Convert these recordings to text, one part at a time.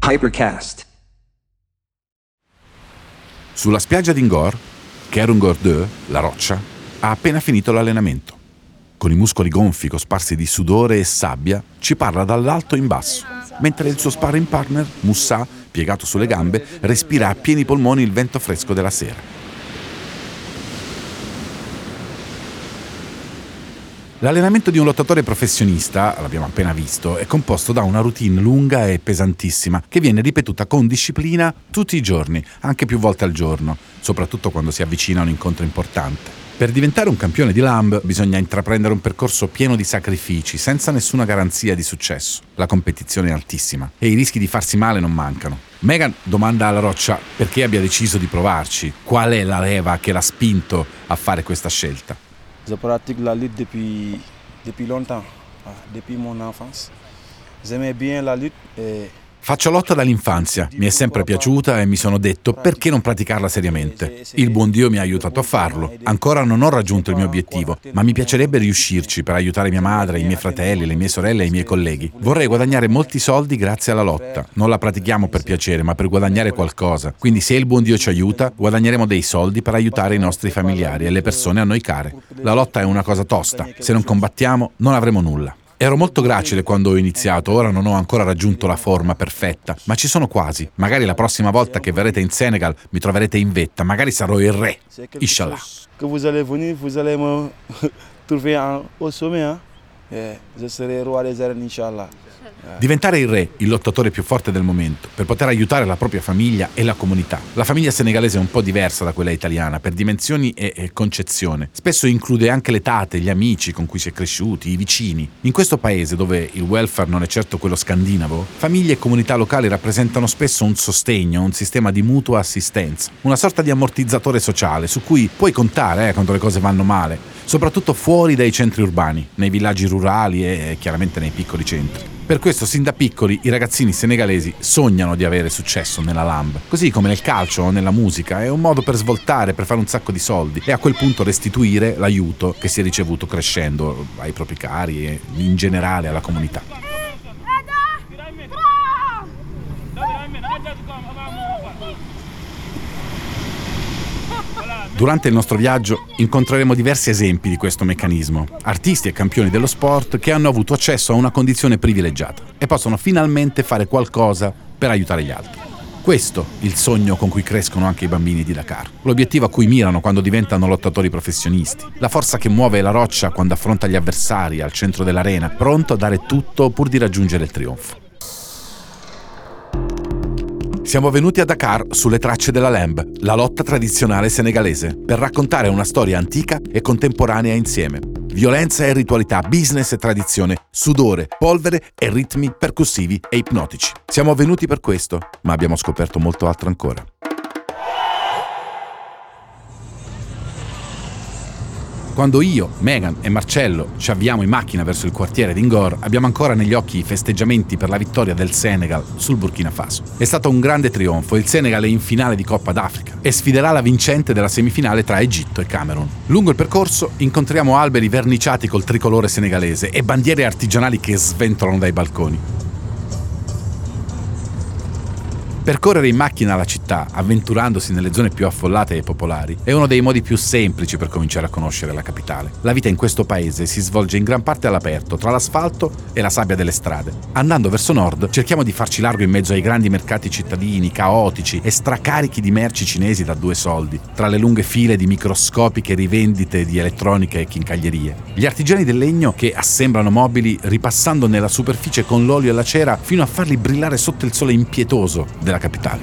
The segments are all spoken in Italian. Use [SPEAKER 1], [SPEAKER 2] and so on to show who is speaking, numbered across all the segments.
[SPEAKER 1] Hypercast.
[SPEAKER 2] Sulla spiaggia di Ngor, Kerungor 2, la roccia, ha appena finito l'allenamento. Con i muscoli gonfi cosparsi di sudore e sabbia, ci parla dall'alto in basso, mentre il suo sparring partner, Moussa, piegato sulle gambe, respira a pieni polmoni il vento fresco della sera. L'allenamento di un lottatore professionista, l'abbiamo appena visto, è composto da una routine lunga e pesantissima che viene ripetuta con disciplina tutti i giorni, anche più volte al giorno, soprattutto quando si avvicina a un incontro importante. Per diventare un campione di Lamb bisogna intraprendere un percorso pieno di sacrifici, senza nessuna garanzia di successo. La competizione è altissima e i rischi di farsi male non mancano. Megan domanda alla roccia perché abbia deciso di provarci, qual è la leva che l'ha spinto a fare questa scelta.
[SPEAKER 3] Je pratique la lutte depuis longtemps, depuis mon enfance. J'aimais bien la lutte et
[SPEAKER 2] Faccio lotta dall'infanzia, mi è sempre piaciuta e mi sono detto perché non praticarla seriamente. Il buon Dio mi ha aiutato a farlo. Ancora non ho raggiunto il mio obiettivo, ma mi piacerebbe riuscirci per aiutare mia madre, i miei fratelli, le mie sorelle e i miei colleghi. Vorrei guadagnare molti soldi grazie alla lotta. Non la pratichiamo per piacere, ma per guadagnare qualcosa. Quindi se il buon Dio ci aiuta, guadagneremo dei soldi per aiutare i nostri familiari e le persone a noi care. La lotta è una cosa tosta. Se non combattiamo, non avremo nulla. Ero molto gracile quando ho iniziato, ora non ho ancora raggiunto la forma perfetta, ma ci sono quasi. Magari la prossima volta che verrete in Senegal mi troverete in vetta, magari sarò il re. Inshallah.
[SPEAKER 3] Que vous allez venir, vous allez me trouver au sommet, je serai roi des arènes, Inshallah.
[SPEAKER 2] Diventare il re, il lottatore più forte del momento, per poter aiutare la propria famiglia e la comunità. La famiglia senegalese è un po' diversa da quella italiana, per dimensioni e concezione. Spesso include anche le tate, gli amici con cui si è cresciuti, i vicini. In questo paese, dove il welfare non è certo quello scandinavo, famiglie e comunità locali rappresentano spesso un sostegno, un sistema di mutua assistenza, una sorta di ammortizzatore sociale su cui puoi contare quando le cose vanno male, soprattutto fuori dai centri urbani, nei villaggi rurali e chiaramente nei piccoli centri. Per questo, sin da piccoli, i ragazzini senegalesi sognano di avere successo nella Lamb. Così come nel calcio o nella musica, è un modo per svoltare, per fare un sacco di soldi e a quel punto restituire l'aiuto che si è ricevuto crescendo ai propri cari e in generale alla comunità. Durante il nostro viaggio incontreremo diversi esempi di questo meccanismo, artisti e campioni dello sport che hanno avuto accesso a una condizione privilegiata e possono finalmente fare qualcosa per aiutare gli altri. Questo è il sogno con cui crescono anche i bambini di Dakar, l'obiettivo a cui mirano quando diventano lottatori professionisti, la forza che muove la roccia quando affronta gli avversari al centro dell'arena, pronto a dare tutto pur di raggiungere il trionfo. Siamo venuti a Dakar sulle tracce della Lamb, la lotta tradizionale senegalese, per raccontare una storia antica e contemporanea insieme. Violenza e ritualità, business e tradizione, sudore, polvere e ritmi percussivi e ipnotici. Siamo venuti per questo, ma abbiamo scoperto molto altro ancora. Quando io, Megan e Marcello ci avviamo in macchina verso il quartiere di Ngor, abbiamo ancora negli occhi i festeggiamenti per la vittoria del Senegal sul Burkina Faso. È stato un grande trionfo, il Senegal è in finale di Coppa d'Africa e sfiderà la vincente della semifinale tra Egitto e Camerun. Lungo il percorso incontriamo alberi verniciati col tricolore senegalese e bandiere artigianali che sventolano dai balconi. Percorrere in macchina la città, avventurandosi nelle zone più affollate e popolari, è uno dei modi più semplici per cominciare a conoscere la capitale. La vita in questo paese si svolge in gran parte all'aperto, tra l'asfalto e la sabbia delle strade. Andando verso nord, cerchiamo di farci largo in mezzo ai grandi mercati cittadini, caotici e stracarichi di merci cinesi da 2 soldi, tra le lunghe file di microscopiche rivendite di elettronica e chincaglierie. Gli artigiani del legno che assemblano mobili ripassando nella superficie con l'olio e la cera fino a farli brillare sotto il sole impietoso della capitale.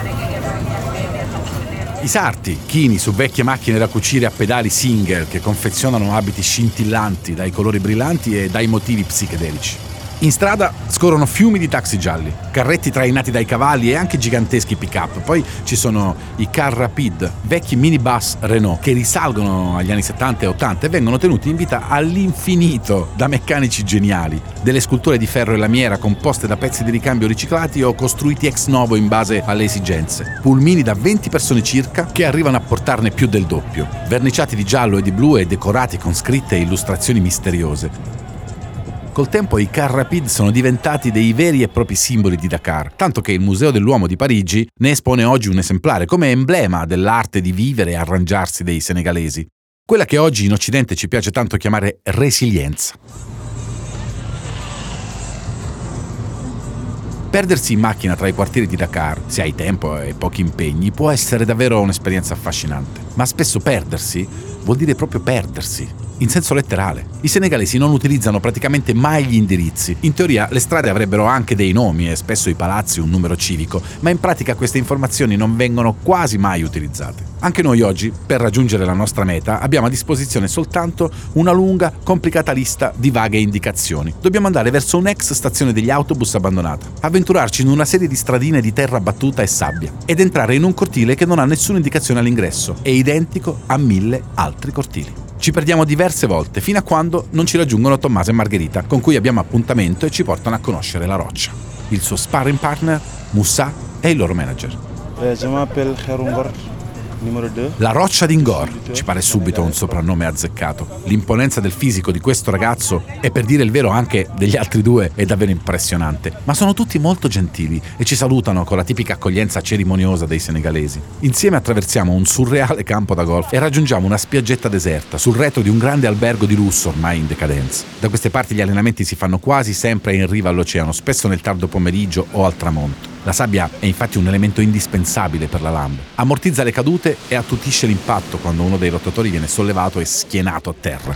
[SPEAKER 2] I sarti, chini su vecchie macchine da cucire a pedali Singer che confezionano abiti scintillanti dai colori brillanti e dai motivi psichedelici. In strada scorrono fiumi di taxi gialli, carretti trainati dai cavalli e anche giganteschi pick-up. Poi ci sono i car rapide, vecchi minibus Renault che risalgono agli anni 70 e 80 e vengono tenuti in vita all'infinito da meccanici geniali. Delle sculture di ferro e lamiera composte da pezzi di ricambio riciclati o costruiti ex novo in base alle esigenze. Pulmini da 20 persone circa che arrivano a portarne più del doppio, verniciati di giallo e di blu e decorati con scritte e illustrazioni misteriose. Col tempo i car rapide sono diventati dei veri e propri simboli di Dakar, tanto che il Museo dell'Uomo di Parigi ne espone oggi un esemplare come emblema dell'arte di vivere e arrangiarsi dei senegalesi. Quella che oggi in Occidente ci piace tanto chiamare resilienza. Perdersi in macchina tra i quartieri di Dakar, se hai tempo e pochi impegni, può essere davvero un'esperienza affascinante. Ma spesso perdersi vuol dire proprio perdersi, in senso letterale. I senegalesi non utilizzano praticamente mai gli indirizzi. In teoria le strade avrebbero anche dei nomi e spesso i palazzi un numero civico, ma in pratica queste informazioni non vengono quasi mai utilizzate. Anche noi oggi, per raggiungere la nostra meta, abbiamo a disposizione soltanto una lunga, complicata lista di vaghe indicazioni. Dobbiamo andare verso un'ex stazione degli autobus abbandonata, avventurarci in una serie di stradine di terra battuta e sabbia ed entrare in un cortile che non ha nessuna indicazione all'ingresso, è identico a 1000 altri cortili. Ci perdiamo diverse volte, fino a quando non ci raggiungono Tommaso e Margherita, con cui abbiamo appuntamento e ci portano a conoscere la roccia. Il suo sparring partner, Moussa, e il loro manager.
[SPEAKER 3] Je m'appelle Kherungor, numero 2.
[SPEAKER 2] La roccia d'Ingor, ci pare subito un soprannome azzeccato. L'imponenza del fisico di questo ragazzo, e per dire il vero anche degli altri due, è davvero impressionante. Ma sono tutti molto gentili e ci salutano con la tipica accoglienza cerimoniosa dei senegalesi. Insieme attraversiamo un surreale campo da golf e raggiungiamo una spiaggetta deserta sul retro di un grande albergo di lusso ormai in decadenza. Da queste parti gli allenamenti si fanno quasi sempre in riva all'oceano, spesso nel tardo pomeriggio o al tramonto. La sabbia è infatti un elemento indispensabile per la lambe. Ammortizza le cadute e attutisce l'impatto quando uno dei lottatori viene sollevato e schienato a terra.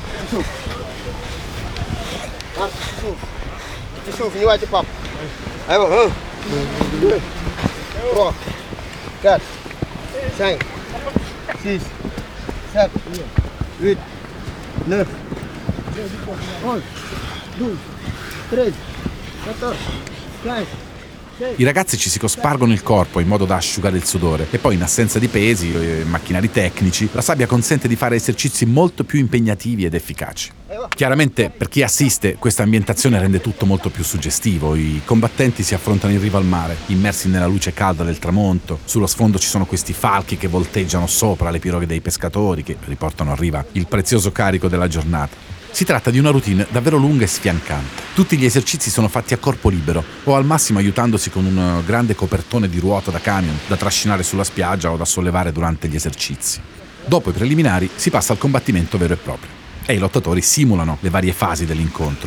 [SPEAKER 2] I ragazzi ci si cospargono il corpo in modo da asciugare il sudore e poi in assenza di pesi e macchinari tecnici la sabbia consente di fare esercizi molto più impegnativi ed efficaci. Chiaramente per chi assiste questa ambientazione rende tutto molto più suggestivo. I combattenti si affrontano in riva al mare, immersi nella luce calda del tramonto. Sullo sfondo ci sono questi falchi che volteggiano sopra le piroghe dei pescatori che riportano a riva il prezioso carico della giornata. Si tratta di una routine davvero lunga e sfiancante. Tutti gli esercizi sono fatti a corpo libero o al massimo aiutandosi con un grande copertone di ruota da camion da trascinare sulla spiaggia o da sollevare durante gli esercizi. Dopo i preliminari si passa al combattimento vero e proprio e i lottatori simulano le varie fasi dell'incontro.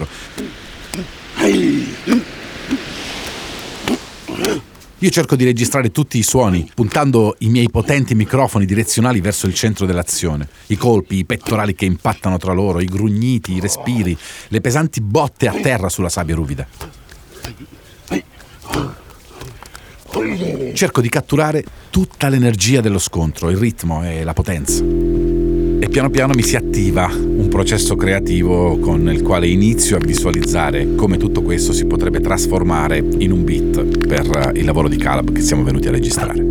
[SPEAKER 2] Io cerco di registrare tutti i suoni, puntando i miei potenti microfoni direzionali verso il centro dell'azione. I colpi, i pettorali che impattano tra loro, i grugniti, i respiri, le pesanti botte a terra sulla sabbia ruvida. Cerco di catturare tutta l'energia dello scontro, il ritmo e la potenza. E piano piano mi si attiva un processo creativo con il quale inizio a visualizzare come tutto questo si potrebbe trasformare in un beat per il lavoro di Caleb che siamo venuti a registrare.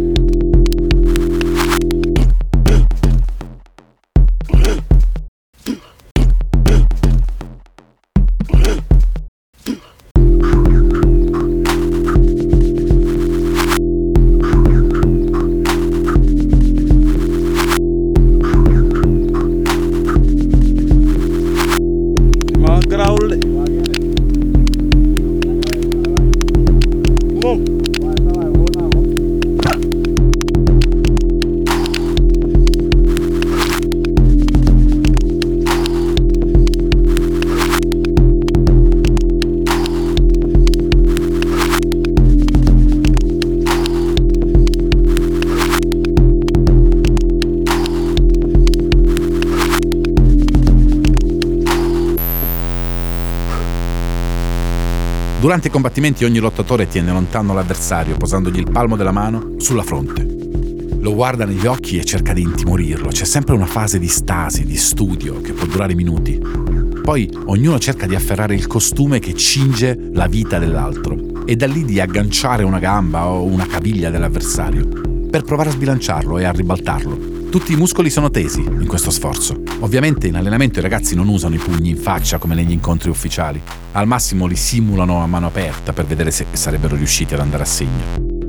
[SPEAKER 2] Durante i combattimenti ogni lottatore tiene lontano l'avversario posandogli il palmo della mano sulla fronte. Lo guarda negli occhi e cerca di intimorirlo. C'è sempre una fase di stasi, di studio che può durare minuti. Poi ognuno cerca di afferrare il costume che cinge la vita dell'altro e da lì di agganciare una gamba o una caviglia dell'avversario per provare a sbilanciarlo e a ribaltarlo. Tutti i muscoli sono tesi in questo sforzo. Ovviamente in allenamento i ragazzi non usano i pugni in faccia come negli incontri ufficiali. Al massimo li simulano a mano aperta per vedere se sarebbero riusciti ad andare a segno.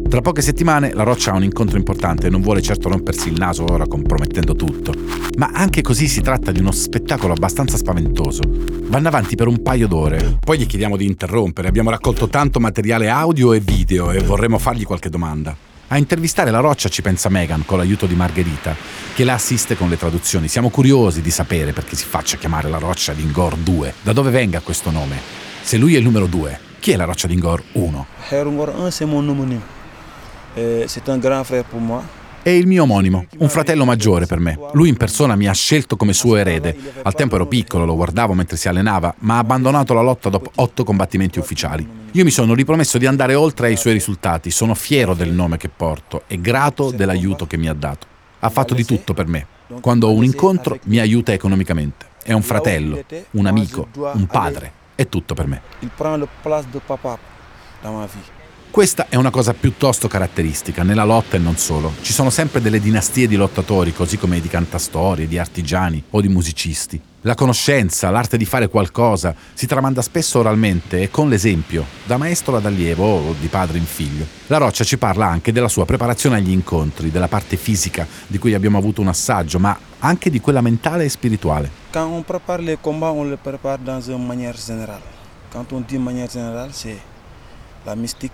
[SPEAKER 2] Tra poche settimane la Roccia ha un incontro importante e non vuole certo rompersi il naso ora compromettendo tutto. Ma anche così si tratta di uno spettacolo abbastanza spaventoso. Vanno avanti per un paio d'ore. Poi gli chiediamo di interrompere, abbiamo raccolto tanto materiale audio e video e vorremmo fargli qualche domanda. A intervistare la Roccia ci pensa Meghan con l'aiuto di Margherita, che la assiste con le traduzioni. Siamo curiosi di sapere perché si faccia chiamare la Roccia d'Ingor 2. Da dove venga questo nome? Se lui è il numero 2, chi è la Roccia d'Ingor 1?
[SPEAKER 3] Ngor 1, c'est mon homonyme. C'est un grand frère pour moi.
[SPEAKER 2] È il mio omonimo, un fratello maggiore per me. Lui in persona mi ha scelto come suo erede. Al tempo ero piccolo, lo guardavo mentre si allenava, ma ha abbandonato la lotta dopo 8 combattimenti ufficiali. Io mi sono ripromesso di andare oltre ai suoi risultati. Sono fiero del nome che porto e grato dell'aiuto che mi ha dato. Ha fatto di tutto per me. Quando ho un incontro mi aiuta economicamente. È un fratello, un amico, un padre. È tutto per me.
[SPEAKER 3] Il prend la place de papa dans ma vie.
[SPEAKER 2] Questa è una cosa piuttosto caratteristica, nella lotta e non solo. Ci sono sempre delle dinastie di lottatori, così come di cantastorie, di artigiani o di musicisti. La conoscenza, l'arte di fare qualcosa, si tramanda spesso oralmente e con l'esempio, da maestro ad allievo o di padre in figlio. La Roccia ci parla anche della sua preparazione agli incontri, della parte fisica, di cui abbiamo avuto un assaggio, ma anche di quella mentale e spirituale.
[SPEAKER 3] Quand on prépare les combats, on les prépare dans une manière générale. Quand on dit manière générale, c'est la mystique,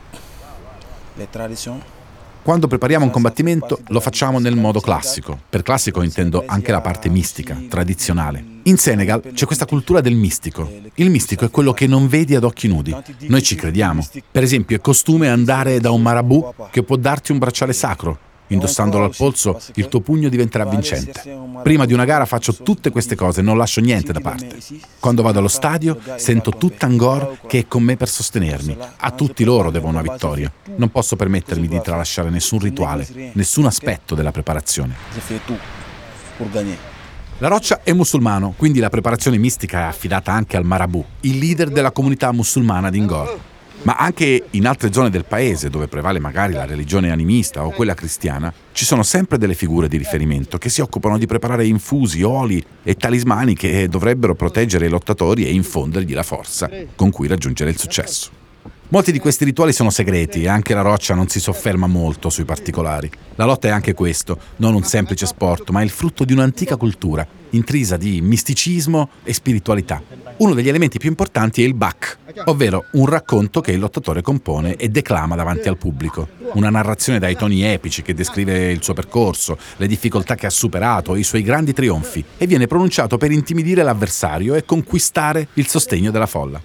[SPEAKER 3] le tradizioni.
[SPEAKER 2] Quando prepariamo un combattimento lo facciamo nel modo classico. Per classico intendo anche la parte mistica, tradizionale. In Senegal c'è questa cultura del mistico. Il mistico è quello che non vedi ad occhi nudi. Noi ci crediamo. Per esempio è costume andare da un marabù che può darti un bracciale sacro. Indossandolo al polso, il tuo pugno diventerà vincente. Prima di una gara faccio tutte queste cose, non lascio niente da parte. Quando vado allo stadio, sento tutta Angor che è con me per sostenermi. A tutti loro devo una vittoria. Non posso permettermi di tralasciare nessun rituale, nessun aspetto della preparazione. La Roccia è musulmano, quindi la preparazione mistica è affidata anche al marabù, il leader della comunità musulmana di Ngor. Ma anche in altre zone del paese, dove prevale magari la religione animista o quella cristiana, ci sono sempre delle figure di riferimento che si occupano di preparare infusi, oli e talismani che dovrebbero proteggere i lottatori e infondergli la forza con cui raggiungere il successo. Molti di questi rituali sono segreti e anche la Roccia non si sofferma molto sui particolari. La lotta è anche questo, non un semplice sport, ma il frutto di un'antica cultura, intrisa di misticismo e spiritualità. Uno degli elementi più importanti è il Bak, ovvero un racconto che il lottatore compone e declama davanti al pubblico. Una narrazione dai toni epici che descrive il suo percorso, le difficoltà che ha superato, i suoi grandi trionfi, e viene pronunciato per intimidire l'avversario e conquistare il sostegno della folla.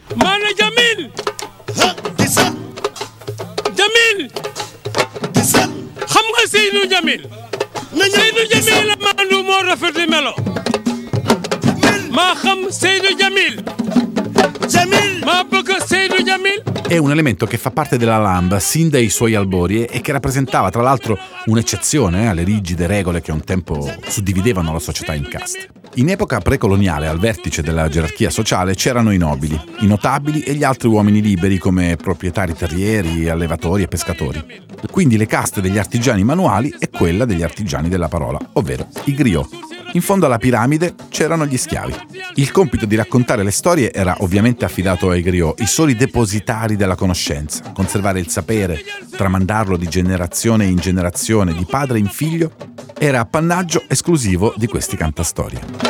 [SPEAKER 1] Jamil xam nga Seydou Jamil maandu moo rafet li melo maa xam Seydou Jamil maa bëgg Seydou Jamil.
[SPEAKER 2] È un elemento che fa parte della Lamb sin dai suoi albori e che rappresentava tra l'altro un'eccezione alle rigide regole che un tempo suddividevano la società in caste. In epoca precoloniale, al vertice della gerarchia sociale, c'erano i nobili, i notabili e gli altri uomini liberi come proprietari terrieri, allevatori e pescatori. Quindi le caste degli artigiani manuali e quella degli artigiani della parola, ovvero i griot. In fondo alla piramide c'erano gli schiavi. Il compito di raccontare le storie era ovviamente affidato ai griot, i soli depositari della conoscenza. Conservare il sapere, tramandarlo di generazione in generazione, di padre in figlio, era appannaggio esclusivo di questi cantastorie.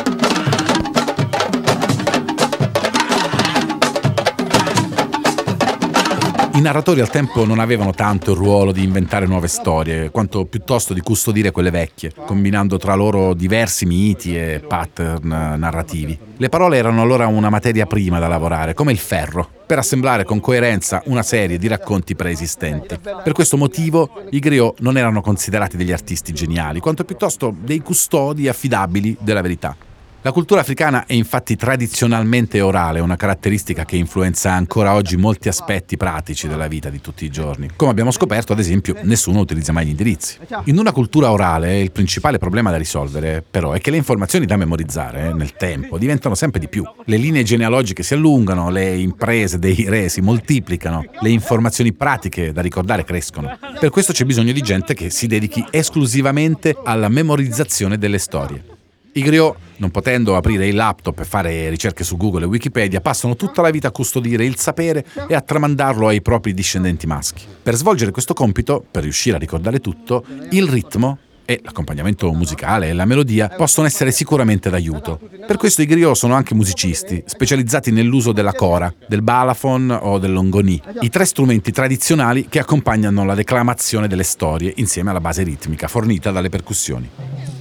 [SPEAKER 2] I narratori al tempo non avevano tanto il ruolo di inventare nuove storie, quanto piuttosto di custodire quelle vecchie, combinando tra loro diversi miti e pattern narrativi. Le parole erano allora una materia prima da lavorare, come il ferro, per assemblare con coerenza una serie di racconti preesistenti. Per questo motivo i griot non erano considerati degli artisti geniali, quanto piuttosto dei custodi affidabili della verità. La cultura africana è infatti tradizionalmente orale, una caratteristica che influenza ancora oggi molti aspetti pratici della vita di tutti i giorni. Come abbiamo scoperto, ad esempio, nessuno utilizza mai gli indirizzi. In una cultura orale il principale problema da risolvere, però, è che le informazioni da memorizzare, nel tempo, diventano sempre di più. Le linee genealogiche si allungano, le imprese dei re si moltiplicano, le informazioni pratiche da ricordare crescono. Per questo c'è bisogno di gente che si dedichi esclusivamente alla memorizzazione delle storie. I griot, non potendo aprire il laptop e fare ricerche su Google e Wikipedia, passano tutta la vita a custodire il sapere e a tramandarlo ai propri discendenti maschi. Per svolgere questo compito, per riuscire a ricordare tutto, il ritmo e l'accompagnamento musicale e la melodia possono essere sicuramente d'aiuto. Per questo i griot sono anche musicisti, specializzati nell'uso della kora, del balafon o dell'ongoni, i 3 strumenti tradizionali che accompagnano la declamazione delle storie insieme alla base ritmica fornita dalle percussioni.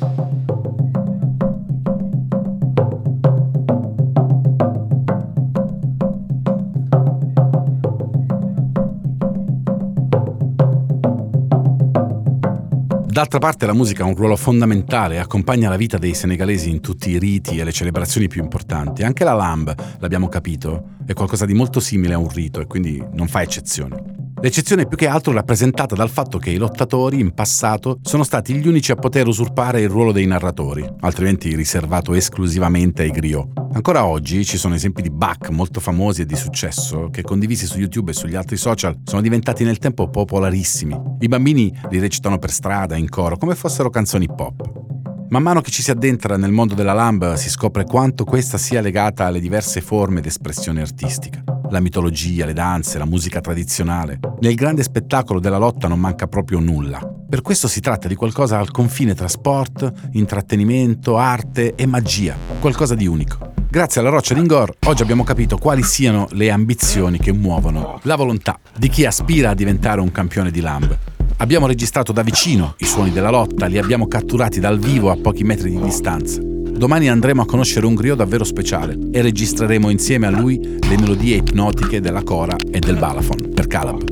[SPEAKER 2] D'altra parte la musica ha un ruolo fondamentale e accompagna la vita dei senegalesi in tutti i riti e le celebrazioni più importanti. Anche la lambe, l'abbiamo capito, è qualcosa di molto simile a un rito e quindi non fa eccezione. L'eccezione è più che altro rappresentata dal fatto che i lottatori in passato sono stati gli unici a poter usurpare il ruolo dei narratori, altrimenti riservato esclusivamente ai griot. Ancora oggi ci sono esempi di Bach molto famosi e di successo che, condivisi su YouTube e sugli altri social, sono diventati nel tempo popolarissimi. I bambini li recitano per strada, in coro, come fossero canzoni pop. Man mano che ci si addentra nel mondo della lambe si scopre quanto questa sia legata alle diverse forme d'espressione artistica. La mitologia, le danze, la musica tradizionale. Nel grande spettacolo della lotta non manca proprio nulla. Per questo si tratta di qualcosa al confine tra sport, intrattenimento, arte e magia. Qualcosa di unico. Grazie alla Roccia d'Ingor, oggi abbiamo capito quali siano le ambizioni che muovono la volontà di chi aspira a diventare un campione di lambe. Abbiamo registrato da vicino i suoni della lotta, li abbiamo catturati dal vivo a pochi metri di distanza. Domani andremo a conoscere un griot davvero speciale e registreremo insieme a lui le melodie ipnotiche della kora e del balafon per Caleb.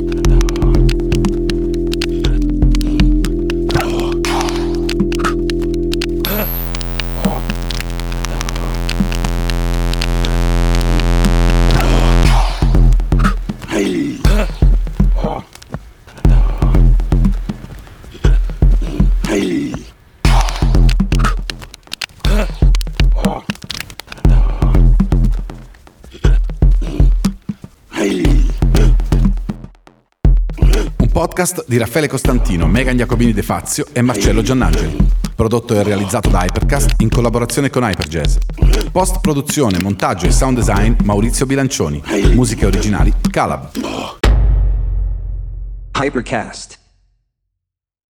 [SPEAKER 2] Podcast di Raffaele Costantino, Megan Jacobini De Fazio e Marcello Giannangeli. Prodotto e realizzato da Hypercast in collaborazione con Hyperjazz. Post produzione, montaggio e sound design Maurizio Bilancioni. Musiche originali Caleb.
[SPEAKER 4] Hypercast.